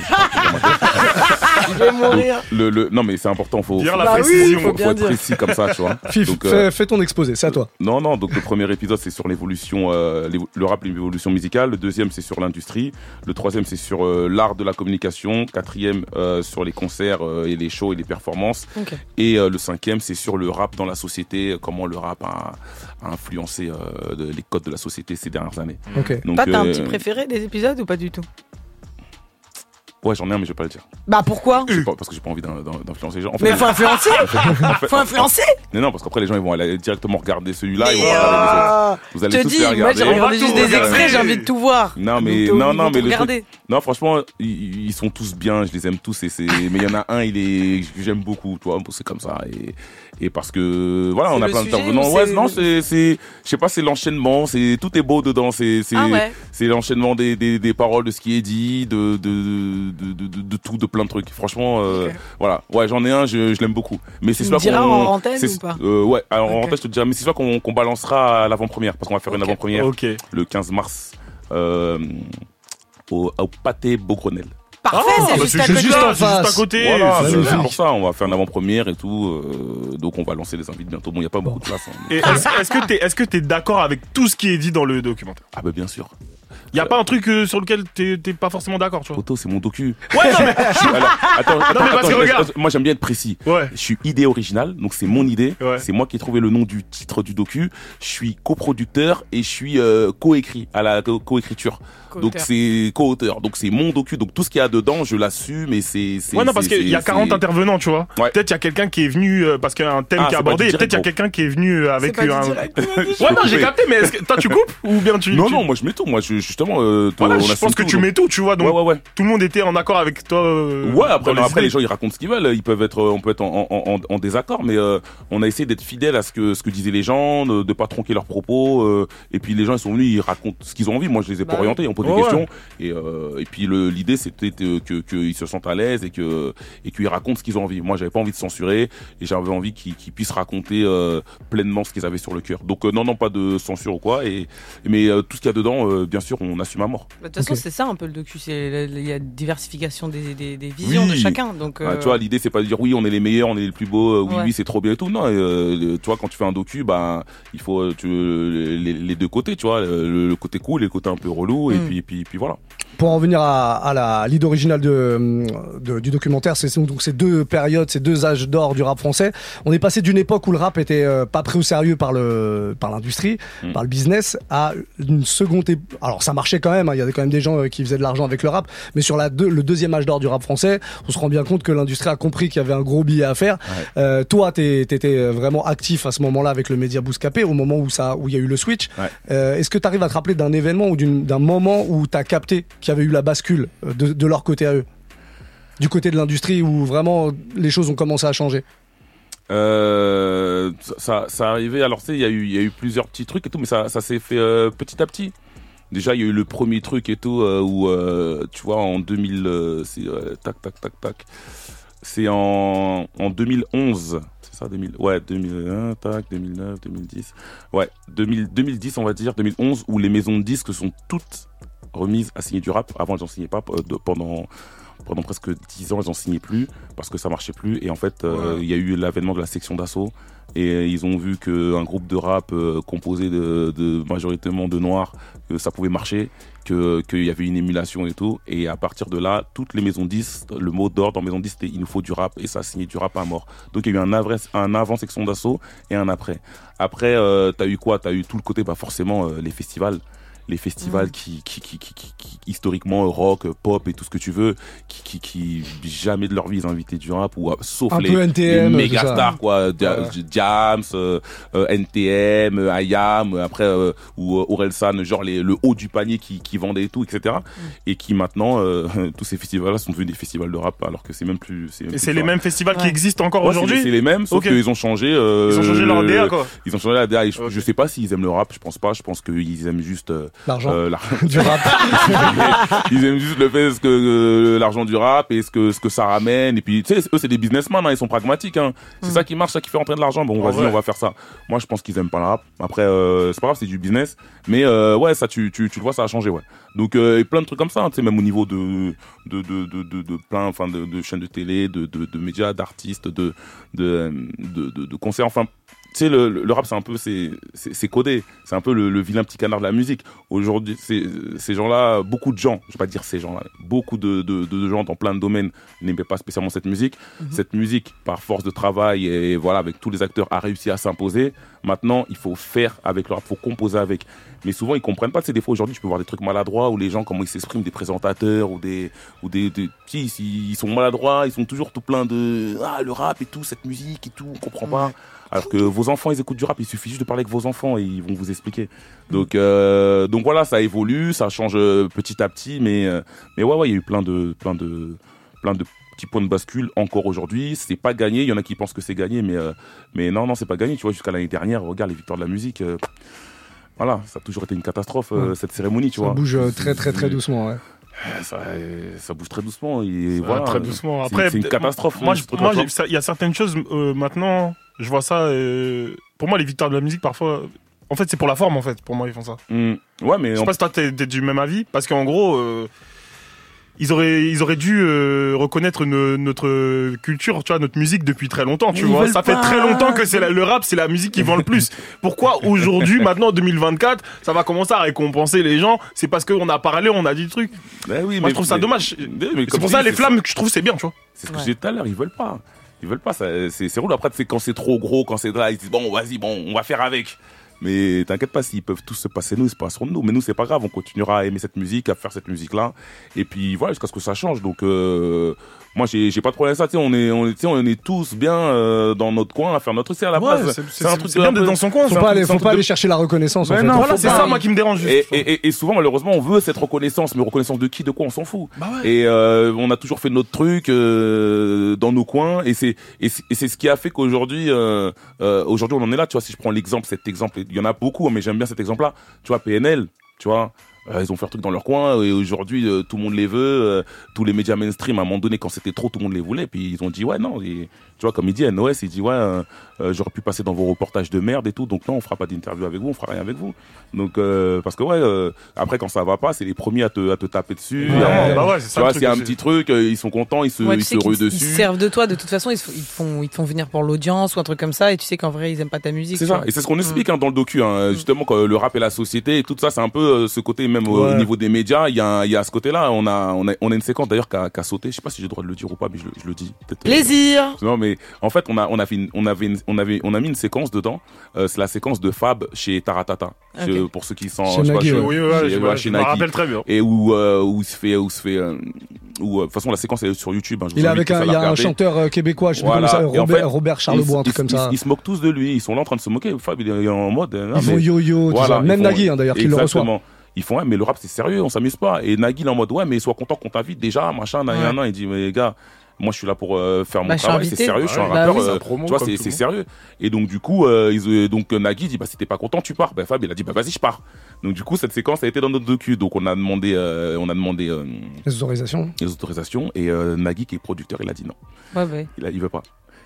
vais mourir. Donc, le, le, non, mais c'est important. Faut, dire faut, la bah précision. Oui, faut, faut être précis comme ça, tu vois. Fif, donc, fais, euh, fais ton exposé, c'est à toi. Non, non, donc le premier épisode, c'est sur l'évolution, euh, le rap, l'évolution musicale. Le deuxième, c'est sur l'industrie. Le troisième, c'est sur euh, l'art de la communication. Quatrième, euh, sur les concerts euh, et les shows et les performances. Okay. Et euh, le cinquième, c'est sur le rap dans la société, comment le rap a, a influencé euh, de, les codes de la société ces dernières années. Okay. Donc, Toi, t'as euh, un petit préféré des épisodes ou pas du tout? Ouais, j'en ai un, mais je vais pas le dire. Bah pourquoi? pas, Parce que j'ai pas envie d'in, d'influencer les gens. En fait, mais faut influencer. En fait, en fait, faut influencer. Mais non, parce qu'après les gens ils vont aller directement regarder celui-la, ils vont regarder les autres. Vous allez je tous dis, les regarder. Moi, j'ai regardé juste des extraits, j'ai envie de tout voir. Non, mais Donc, non, non, mais le truc, non, franchement, ils, ils sont tous bien, je les aime tous. Et c'est, mais il y en a un, il est, que j'aime beaucoup, tu vois, c'est comme ça. Et et parce que voilà, c'est on a plein d'intervenants. Ouais, non, c'est, c'est, je sais pas, c'est l'enchaînement, c'est tout est beau dedans. C'est, c'est, ah ouais. c'est l'enchaînement des, des, des paroles, de ce qui est dit, de, de, de, de, de, de tout, de plein de trucs. Franchement, euh, okay. voilà. Ouais, j'en ai un, je, je l'aime beaucoup. Mais c'est soit qu'on. en antenne ou pas? euh, Ouais, alors okay. en antenne, je te dirais, mais c'est soit qu'on, qu'on balancera à l'avant-première, parce qu'on va faire okay. une avant-première okay. le quinze mars euh, au, au Pâté Beaugrenelle. Parfait, ah, c'est, bah juste, c'est à juste, juste en face. Juste à côté. Voilà, c'est, c'est pour ça, on va faire une avant-première et tout. Euh, donc on va lancer les invités bientôt. Bon, il n'y a pas bon. beaucoup de place. Hein, et est-ce, est-ce que t'es, est-ce que t'es d'accord avec tout ce qui est dit dans le documentaire? Ah bah bien sûr. Il y a euh, pas un truc euh, sur lequel t'es, t'es pas forcément d'accord, tu vois? Photo, c'est mon docu. Ouais, non mais. Alors, attends, attends, non, mais attends, regarde. attends, moi j'aime bien être précis. Ouais. Je suis idée originale, donc c'est mon idée. Ouais. C'est moi qui ai trouvé le nom du titre du docu. Je suis coproducteur et je suis euh, co-écrit à la co-écriture. Co-auteur. Donc c'est co-auteur. Donc c'est mon docu. Donc tout ce qu'il y a dedans, je l'assume et c'est. c'est ouais non parce qu'il y a quarante c'est... intervenants, tu vois. Ouais. Peut-être il y a quelqu'un qui est venu euh, parce qu'il y a un thème ah, qui est abordé. Et peut-être il y a quelqu'un qui est venu avec c'est un. Direct, ouais non j'ai capté mais est-ce que toi tu coupes ou bien tu. Non tu... non moi je mets tout. Moi je, justement. Euh, voilà, je pense que tout, tu donc. mets tout, tu vois. Donc ouais, ouais, ouais. tout le monde était en accord avec toi. Euh, ouais après les, après les gens ils racontent ce qu'ils veulent. Ils peuvent être on peut être en, en, en, en désaccord mais euh, on a essayé d'être fidèle à ce que ce que disaient les gens, de, de pas tronquer leurs propos. Euh, et puis les gens ils sont venus ils racontent ce qu'ils ont envie. Moi je les ai pas bah, orientés. On pose des ouais, questions et euh, et puis le, l'idée c'était que qu'ils se sentent à l'aise et que et qu'ils racontent ce qu'ils ont envie. Moi j'avais pas envie de censurer et j'avais envie qu'ils, qu'ils puissent raconter euh, pleinement ce qu'ils avaient sur le cœur. Donc euh, non non pas de censure ou quoi. Et mais euh, tout ce qu'il y a dedans, euh, bien sûr on assume à mort. De toute façon okay. c'est ça un peu le docu, c'est il y a diversification des, des, des visions oui. de chacun. Donc euh... ah, tu vois l'idée c'est pas de dire oui on est les meilleurs, on est les plus beaux, euh, oui ouais. oui c'est trop bien et tout. Non euh, tu vois quand tu fais un docu bah il faut tu, les, les deux côtés tu vois le, le côté cool et le côté un peu relou mm. et puis et puis puis voilà. Pour en venir à, à la lead originale de, de, du documentaire, c'est donc ces deux périodes, ces deux âges d'or du rap français. On est passé d'une époque où le rap était euh, pas pris au sérieux par le par l'industrie, mmh. par le business, à une seconde époque. Alors ça marchait quand même, il hein, y avait quand même des gens euh, qui faisaient de l'argent avec le rap, mais sur la deux, le deuxième âge d'or du rap français, on se rend bien compte que l'industrie a compris qu'il y avait un gros billet à faire. Ouais. Euh, toi, t'es, t'étais vraiment actif à ce moment-là avec le média Bouscapé, au moment où ça, où il y a eu le switch. Ouais. Euh, est-ce que tu arrives à te rappeler d'un événement ou d'une, d'un moment où t'as capté qu'il y avait eu la bascule de, de leur côté à eux, du côté de l'industrie où vraiment les choses ont commencé à changer? Euh, ça, ça arrivait. Alors tu sais, il y a eu, il y a eu plusieurs petits trucs et tout, mais ça, ça s'est fait euh, petit à petit. Déjà, il y a eu le premier truc et tout euh, où euh, tu vois en deux mille, euh, c'est euh, tac tac tac tac. C'est en en deux mille onze. C'est ça, deux mille, ouais, deux mille un, tac, deux mille neuf, deux mille dix. Ouais, deux mille, deux mille dix, on va dire, deux mille onze, où les maisons de disques sont toutes remises à signer du rap. Avant, elles n'en signaient pas pendant, pendant presque dix ans, ils ont signé plus parce que ça marchait plus. Et en fait, il euh, ouais. y a eu l'avènement de la section d'assaut. Et euh, ils ont vu qu'un groupe de rap euh, composé de, de majoritairement de noirs, que ça pouvait marcher, que qu'il y avait une émulation et tout. Et à partir de là, toutes les maisons dix, le mot d'ordre dans maison dix, c'était il nous faut du rap. Et ça a signé du rap à mort. Donc il y a eu un, avre, un avant section d'assaut et un après. Après, euh, t'as eu quoi? T'as eu tout le côté, bah forcément, euh, les festivals. Les festivals mmh. qui, qui, qui, qui, qui, qui, historiquement, rock, pop et tout ce que tu veux, qui, qui, qui jamais de leur vie, ils ont invité du rap, ou, sauf un les, peu N T M, les méga stars, quoi, ouais. Jams, euh, euh, N T M, I A M, après, euh, ou euh, Orelsan, genre les, le haut du panier qui, qui vendait et tout, et cetera. Mmh. Et qui maintenant, euh, tous ces festivals-là sont devenus des festivals de rap, alors que c'est même plus. C'est même et plus c'est les mêmes festivals ouais. qui existent encore ouais, aujourd'hui? C'est, c'est les mêmes, sauf okay. qu'ils ont changé. Euh, ils ont changé leur D A, quoi. Ils ont changé la D A. Et je, okay. je sais pas s'ils aiment le rap, je pense pas, je pense qu'ils aiment juste. Euh, L'argent. Euh, du rap. Ils aiment juste le fait ce que euh, l'argent du rap et ce que ce que ça ramène. Et puis tu sais, eux c'est des businessmen, hein, ils sont pragmatiques. Hein. C'est mm. ça qui marche, ça qui fait rentrer de l'argent. Bon, oh, vas-y, ouais. on va faire ça. Moi, je pense qu'ils aiment pas le rap. Après, euh, c'est pas grave, c'est du business. Mais euh, ouais, ça, tu tu tu le vois, ça a changé, ouais. Donc euh, et plein de trucs comme ça, hein, tu sais, même au niveau de de de de de, de plein, enfin de, de chaînes de télé, de de, de médias, d'artistes, de de de de, de concerts, enfin. Tu sais, le, le rap, c'est un peu, c'est, c'est, c'est codé. C'est un peu le, le vilain petit canard de la musique. Aujourd'hui, c'est, ces gens-là, beaucoup de gens, je vais pas dire ces gens-là, beaucoup de, de, de gens dans plein de domaines n'aimaient pas spécialement cette musique. Mm-hmm. Cette musique, par force de travail et voilà, avec tous les acteurs, a réussi à s'imposer. Maintenant, il faut faire avec le rap, il faut composer avec. Mais souvent, ils comprennent pas. Tu sais, des fois, aujourd'hui, tu peux voir des trucs maladroits où les gens, comment ils s'expriment, des présentateurs ou des, ou des, des qui, ils sont maladroits, ils sont toujours tout plein de, ah, le rap et tout, cette musique et tout, on comprend pas. Alors que vos enfants, ils écoutent du rap, il suffit juste de parler avec vos enfants et ils vont vous expliquer. Donc, euh, donc voilà, ça évolue, ça change petit à petit, mais, euh, mais ouais, ouais, il y a eu plein de, plein de, plein de petits points de bascule encore aujourd'hui. C'est pas gagné, il y en a qui pensent que c'est gagné, mais, euh, mais non, non, c'est pas gagné. Tu vois, jusqu'à l'année dernière, regarde les victoires de la musique. Euh, voilà, ça a toujours été une catastrophe, euh, cette cérémonie, tu ça vois. Ça bouge très, très, très doucement, ouais. Ça, ça bouge très doucement et voilà, très doucement. Après, c'est, c'est une catastrophe. Moi, je, moi, il y a certaines choses euh, maintenant. Je vois ça. Euh, pour moi, les victoires de la musique, parfois, en fait, c'est pour la forme. En fait, pour moi, ils font ça. Mmh. Ouais, mais je sais on... pas si toi t'es, t'es du même avis, parce qu'en gros, euh, ils auraient, ils auraient dû euh, reconnaître une, notre culture, tu vois, notre musique depuis très longtemps. Tu mais vois, ça pas. fait très longtemps que c'est la, le rap, c'est la musique qui vend le plus. Pourquoi aujourd'hui, maintenant, en deux mille vingt-quatre, ça va commencer à récompenser les gens? C'est parce qu'on a parlé, on a dit le truc. Ben oui, moi, mais je trouve ça mais, dommage. Mais, mais c'est pour ça les flammes, que je trouve c'est bien, tu vois. C'est ce que ouais. j'ai dit tout à l'heure, ils veulent pas. Ils veulent pas, ça, c'est, c'est roule. Après, c'est quand c'est trop gros, quand c'est là, ils disent bon, vas-y, bon, on va faire avec. Mais t'inquiète pas, s'ils peuvent tous se passer nous, ils se passeront de nous. Mais nous, c'est pas grave, on continuera à aimer cette musique, à faire cette musique-là. Et puis voilà, jusqu'à ce que ça change. Donc, euh, moi, j'ai, j'ai pas de problème avec ça. Tu sais, on est, on est, on est tous bien euh, dans notre coin à faire notre truc à la base. Ouais, c'est, c'est, c'est un truc c'est bien d'être dans son coin. Faut pas aller, faut pas aller chercher la reconnaissance. En fait. Non, voilà, c'est ça, moi, qui me dérange. Juste. Et, et, et, et souvent, malheureusement, on veut cette reconnaissance, mais reconnaissance de qui, de quoi, on s'en fout. Bah ouais. Et euh, on a toujours fait notre truc euh, dans nos coins. Et c'est, et c'est, et c'est ce qui a fait qu'aujourd'hui, euh, euh, aujourd'hui, on en est là. Tu vois, si je prends l'exemple, cet exemple, il y en a beaucoup, mais j'aime bien cet exemple-là. Tu vois, P N L, tu vois. Euh, ils ont fait un truc dans leur coin et aujourd'hui euh, tout le monde les veut, euh, tous les médias mainstream à un moment donné quand c'était trop tout le monde les voulait, puis ils ont dit ouais non, et, tu vois comme il dit N O S, il dit ouais euh, euh, j'aurais pu passer dans vos reportages de merde et tout, donc non on fera pas d'interview avec vous, on fera rien avec vous, donc euh, parce que ouais euh, après quand ça va pas c'est les premiers à te, à te taper dessus, ouais, euh, bah ouais, c'est tu vois s'il y a un petit truc euh, ils sont contents, ils se, ouais, ils se ruent dessus, ils servent de toi de toute façon, ils, ils, font, ils te font venir pour l'audience ou un truc comme ça et tu sais qu'en vrai ils aiment pas ta musique, c'est ça vois. Et c'est ce qu'on explique mmh. hein, dans le docu hein, justement que le rap et la société et tout ça c'est un peu euh, ce côté même ouais. au niveau des médias, il y a, il y a ce côté-là. On a, on a, on a une séquence d'ailleurs qui a, qui a sauté. Je sais pas si j'ai le droit de le dire ou pas, mais je, je le dis. Peut-être, Plaisir. Euh, non, mais en fait, on a, on a fait, une, on avait, une, on avait, on a mis une séquence dedans. Euh, c'est la séquence de Fab chez Taratata. Okay. Je, pour ceux qui sont, chez Nagui. Oui, oui, ouais, je, je me rappelle très bien. Et où, euh, où il se fait, où se fait. Euh, où, de toute façon, la séquence est sur YouTube. Hein, je il est avec un, il y a un chanteur euh, québécois, je sais voilà. pas comment ça, Robert, en fait, Robert Charlebois, un truc comme ils, ça. Ils se moquent tous de lui. Ils sont là en train de se moquer. Fab, il est en mode. Ils font yo-yo, voilà, même Nagui, d'ailleurs, qui le reçoit. Ils font ouais mais le rap c'est sérieux, on s'amuse pas. Et Nagui en mode ouais mais sois content qu'on t'invite déjà machin nan, nan, nan. Il dit mais les gars moi je suis là pour euh, faire mon bah, travail, c'est sérieux, ouais, je suis un bah, rappeur, oui, euh, promo, tu vois c'est, c'est sérieux. Et donc du coup euh, ils, donc Nagui dit bah si t'es pas content tu pars. Bah Fab il a dit bah vas-y je pars. Donc du coup cette séquence a été dans notre docu, donc on a demandé euh, on a demandé euh, les autorisations. Les autorisations et euh, Nagui qui est producteur il a dit non. Ouais ouais. Il a, il veut pas.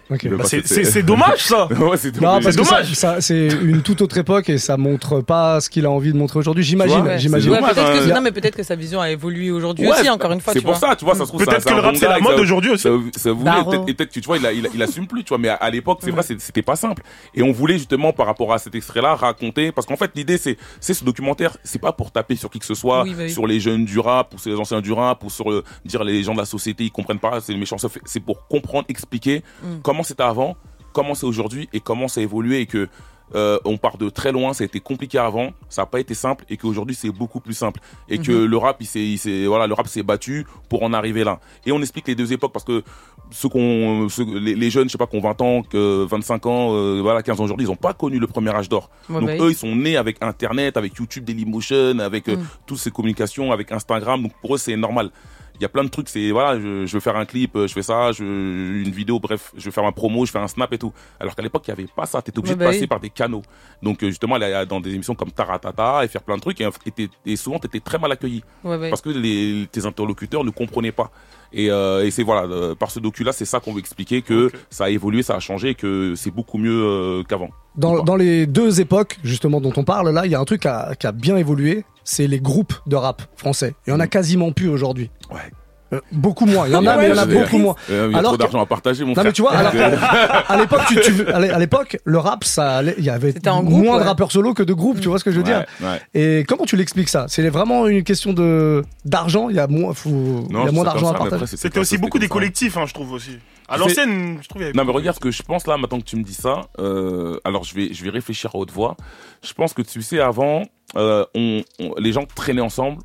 Okay. Bah c'est, c'est, c'est dommage ça. Ouais, c'est non, dommage. c'est dommage. Ça, ça, c'est une toute autre époque et ça montre pas ce qu'il a envie de montrer aujourd'hui. J'imagine. Ouais, j'imagine. Ouais, dommage, peut-être hein. que, non, mais peut-être que sa vision a évolué aujourd'hui ouais, aussi. Encore une fois, c'est tu pour vois. ça, tu vois, ça se trouve. Peut-être ça, que le rap c'est la mode aujourd'hui aussi. Ça, ça voulait, bah, peut-être, et peut-être que tu vois, il, a, il, a, il assume plus, tu vois. Mais à, à l'époque, c'est vrai, c'était pas simple. Et on voulait justement par rapport à cet extrait-là raconter, parce qu'en fait, l'idée c'est, c'est ce documentaire, c'est pas pour taper sur qui que ce soit, oui, bah oui. sur les jeunes du rap ou sur les anciens du rap ou sur le, dire les gens de la société, ils comprennent pas, c'est les méchants. C'est pour comprendre, expliquer mm. comment c'était avant, comment c'est aujourd'hui et comment ça a évolué et que euh, on part de très loin, ça a été compliqué avant, ça n'a pas été simple et qu'aujourd'hui c'est beaucoup plus simple et mm-hmm. que le rap il s'est, il s'est voilà le rap s'est battu pour en arriver là et on explique les deux époques parce que ceux qu'on ceux, les, les jeunes je sais pas qui ont vingt ans, que vingt-cinq ans, euh, voilà quinze ans aujourd'hui, ils ont pas connu le premier âge d'or. Ouais, donc bah eux ils sont nés avec internet, avec YouTube, Dailymotion, avec euh, mm. toutes ces communications, avec Instagram, donc pour eux c'est normal. Il y a plein de trucs, c'est voilà, je, je veux faire un clip, je fais ça, je, une vidéo, bref, je veux faire ma promo, je fais un snap et tout. Alors qu'à l'époque, il n'y avait pas ça, t'étais obligé ouais, bah de passer oui. par des canaux. Donc justement, aller dans des émissions comme Taratata et faire plein de trucs, et, et, et souvent, t'étais très mal accueilli. Ouais, bah parce que les, tes interlocuteurs ne comprenaient pas. Et, euh, et c'est voilà, euh, par ce docu-là, c'est ça qu'on veut expliquer, que okay. ça a évolué, ça a changé, et que c'est beaucoup mieux euh, qu'avant. Dans, dans les deux époques, justement, dont on parle, là, il y a un truc qui a, qui a bien évolué, c'est les groupes de rap français. Il y en a quasiment plus aujourd'hui. Ouais. Euh, beaucoup moins. Il y en a, mais il y en a beaucoup moins. Euh, il y a alors trop d'argent à partager, mon non, frère. Non, mais tu vois, alors, à l'époque, tu, tu, à l'époque, le rap, ça, il y avait groupe, moins ouais. de rappeurs solo que de groupes. Tu vois ce que je veux ouais, dire ouais. Et comment tu l'expliques ça? C'est vraiment une question de d'argent. Il y a moins, faut, non, il y a moins d'argent ça, à partager. Après, c'était aussi beaucoup des collectifs, hein, je trouve aussi. À l'ancienne, je trouve. Non, mais regarde ce que je pense là, maintenant que tu me dis ça. Euh, alors, je vais, je vais réfléchir à haute voix. Je pense que tu sais, avant, euh, on, on, les gens traînaient ensemble.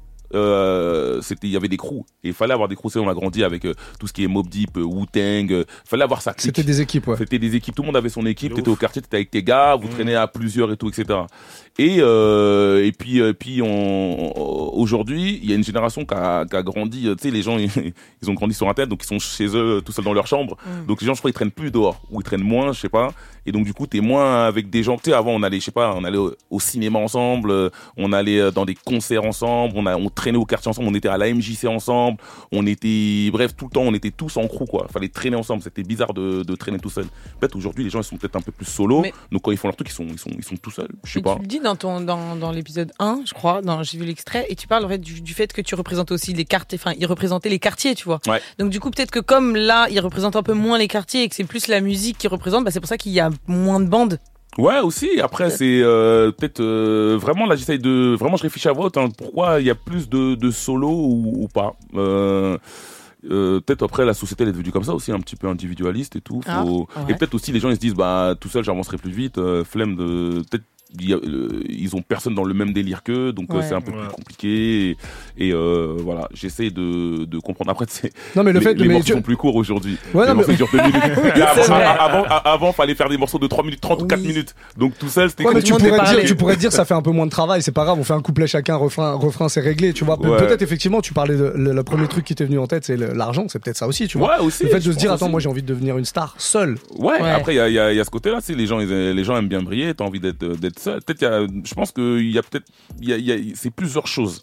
Euh, c'était, il y avait des crews et il fallait avoir des crews. On a grandi avec euh, tout ce qui est Mobb Deep, euh, Wu-Tang. Euh, fallait avoir sa clique. C'était des équipes, ouais. C'était des équipes. Tout le monde avait son équipe. T'étais au quartier, t'étais avec tes gars, vous mmh. traînez à plusieurs et tout, et cetera. Et euh, et puis euh, puis on, aujourd'hui, il y a une génération qui a, qui a grandi. Tu sais, les gens ils, ils ont grandi sur Internet, donc ils sont chez eux tout seuls dans leur chambre. Mmh. Donc les gens, je crois, ils traînent plus dehors ou ils traînent moins, je sais pas. Et donc du coup, t'es moins avec des gens. Tu sais, avant, on allait, je sais pas, on allait au, au cinéma ensemble, on allait dans des concerts ensemble, on a, on traînait au quartier ensemble, on était à la M J C ensemble, on était, bref, tout le temps, on était tous en crew, quoi. Fallait traîner ensemble. C'était bizarre de, de traîner tout seul. Peut-être aujourd'hui, les gens ils sont peut-être un peu plus solo. Mais donc quand ils font leur truc, ils sont, ils sont, ils sont tout seuls. Je sais pas. Tu le dis dans ton, dans, dans l'épisode un, je crois, dans, j'ai vu l'extrait, et tu parles en fait du, du fait que tu représentes aussi les quartiers, enfin, ils représentaient les quartiers, tu vois. Ouais. Donc du coup, peut-être que comme là, ils représentent un peu moins les quartiers et que c'est plus la musique qui représente, bah c'est pour ça qu'il y a moins de bandes. Ouais, aussi. Après, c'est euh, peut-être euh, vraiment là, j'essaye de vraiment, je réfléchis à voix haute. Hein, pourquoi il y a plus de, de solo ou, ou pas euh, euh, Peut-être après la société elle est devenue comme ça aussi, un petit peu individualiste et tout. Faut... Ah, ouais. Et peut-être aussi les gens ils se disent bah tout seul j'avancerai plus vite. Euh, flemme de peut-être. Il y a, euh, ils ont personne dans le même délire qu'eux, donc ouais, euh, c'est un peu ouais. plus compliqué. Et, et euh, voilà, j'essaie de, de comprendre. Après, c'est non mais le les, fait les mais morceaux tu... sont plus courts aujourd'hui. Ouais, les non, morceaux mais... durent deux minutes. oui, avant, avant, avant, avant, fallait faire des morceaux de trois minutes trente ou quatre minutes. Donc tout seul, c'était. Ouais, mais tu pourrais dire, tu pourrais dire, ça fait un peu moins de travail. C'est pas grave, on fait un couplet chacun, refrain, refrain, c'est réglé. Tu vois. Ouais. Peut-être effectivement, tu parlais de le, le premier truc qui t'est venu en tête, c'est l'argent. C'est peut-être ça aussi, tu vois. Ouais, aussi. Le fait de se dire, attends, moi j'ai envie de devenir une star seul. Ouais. Après, il y a, y a, y a ce côté-là, c'est les gens, les gens aiment bien briller. T'as envie d'être, d'être seul. Peut-être, y a, je pense que il y a peut-être, il y a, il y a, c'est plusieurs choses.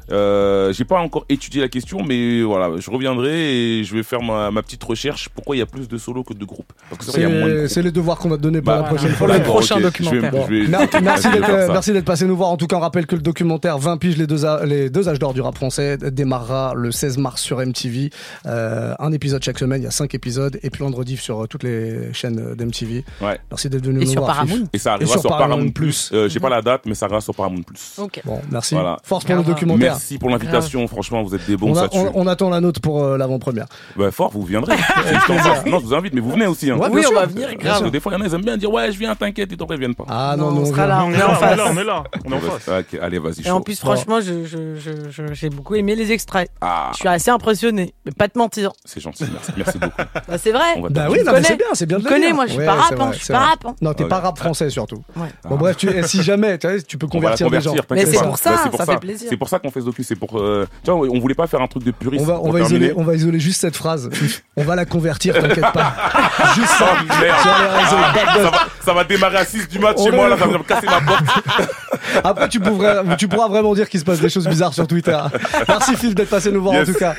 Euh, j'ai pas encore étudié la question, mais voilà, je reviendrai et je vais faire ma, ma petite recherche. Pourquoi il y a plus de solos que de groupes? Parce que c'est, vrai, il y a moins de groupes. C'est les devoirs qu'on va te donner pour bah, la prochaine fois. Pour le prochain okay. documentaire. Je vais, je vais... Merci, merci, d'être, merci d'être passé nous voir. En tout cas, on rappelle que le documentaire vingt piges les deux, a, les deux âges d'or du rap français démarrera le seize mars sur M T V. Euh, un épisode chaque semaine, il y a cinq épisodes, et puis en rediff sur toutes les chaînes d'M T V. Ouais. Merci d'être venu et nous sur voir. Paramount. Et ça arrivera et sur, sur Paramount, Paramount Plus. Euh, j'ai mm-hmm. pas la date, mais ça arrivera sur Paramount Plus. Ok. Bon, merci. Voilà. Force pour le documentaire. Merci pour l'invitation. Grave. Franchement, vous êtes des bons. On, a, ça tue. on, on attend la nôtre pour euh, l'avant-première. Bah, fort, vous viendrez. je non, je vous invite, mais vous venez aussi. Hein. Ouais, oui, on va venir. Grave. Des fois, il y en a, ils aiment bien dire ouais, je viens, t'inquiète, et après, ils viennent pas. Ah non, non, on sera là. On est en face. On est là. On est en face. Ok, allez, vas-y. Et en plus, franchement, je, je, je, je, j'ai beaucoup aimé les extraits. Ah. Je suis assez impressionné, mais pas te mentir. C'est gentil, merci, merci beaucoup. Bah, c'est vrai. Bah oui, non, mais c'est bien, c'est bien de le dire. Tu connais, moi, je suis pas rap, je suis pas rap. Non, t'es pas rap français surtout. Bon bref, si jamais, tu peux convertir des gens. Mais c'est pour ça, ça fait plaisir. C'est pour ça qu'on fait ce docu. C'est pour, tu vois, on voulait pas faire un truc de puriste. On va isoler, on va isoler juste cette phrase. On va la convertir, t'inquiète pas. Juste ça. Oh, merde. ça, va, ça va démarrer à six du match chez moi, là, ça va me casser ma porte. Après, tu pourras, tu pourras vraiment dire qu'il se passe des choses bizarres sur Twitter. Merci Phil d'être passé nous voir yes. en tout cas.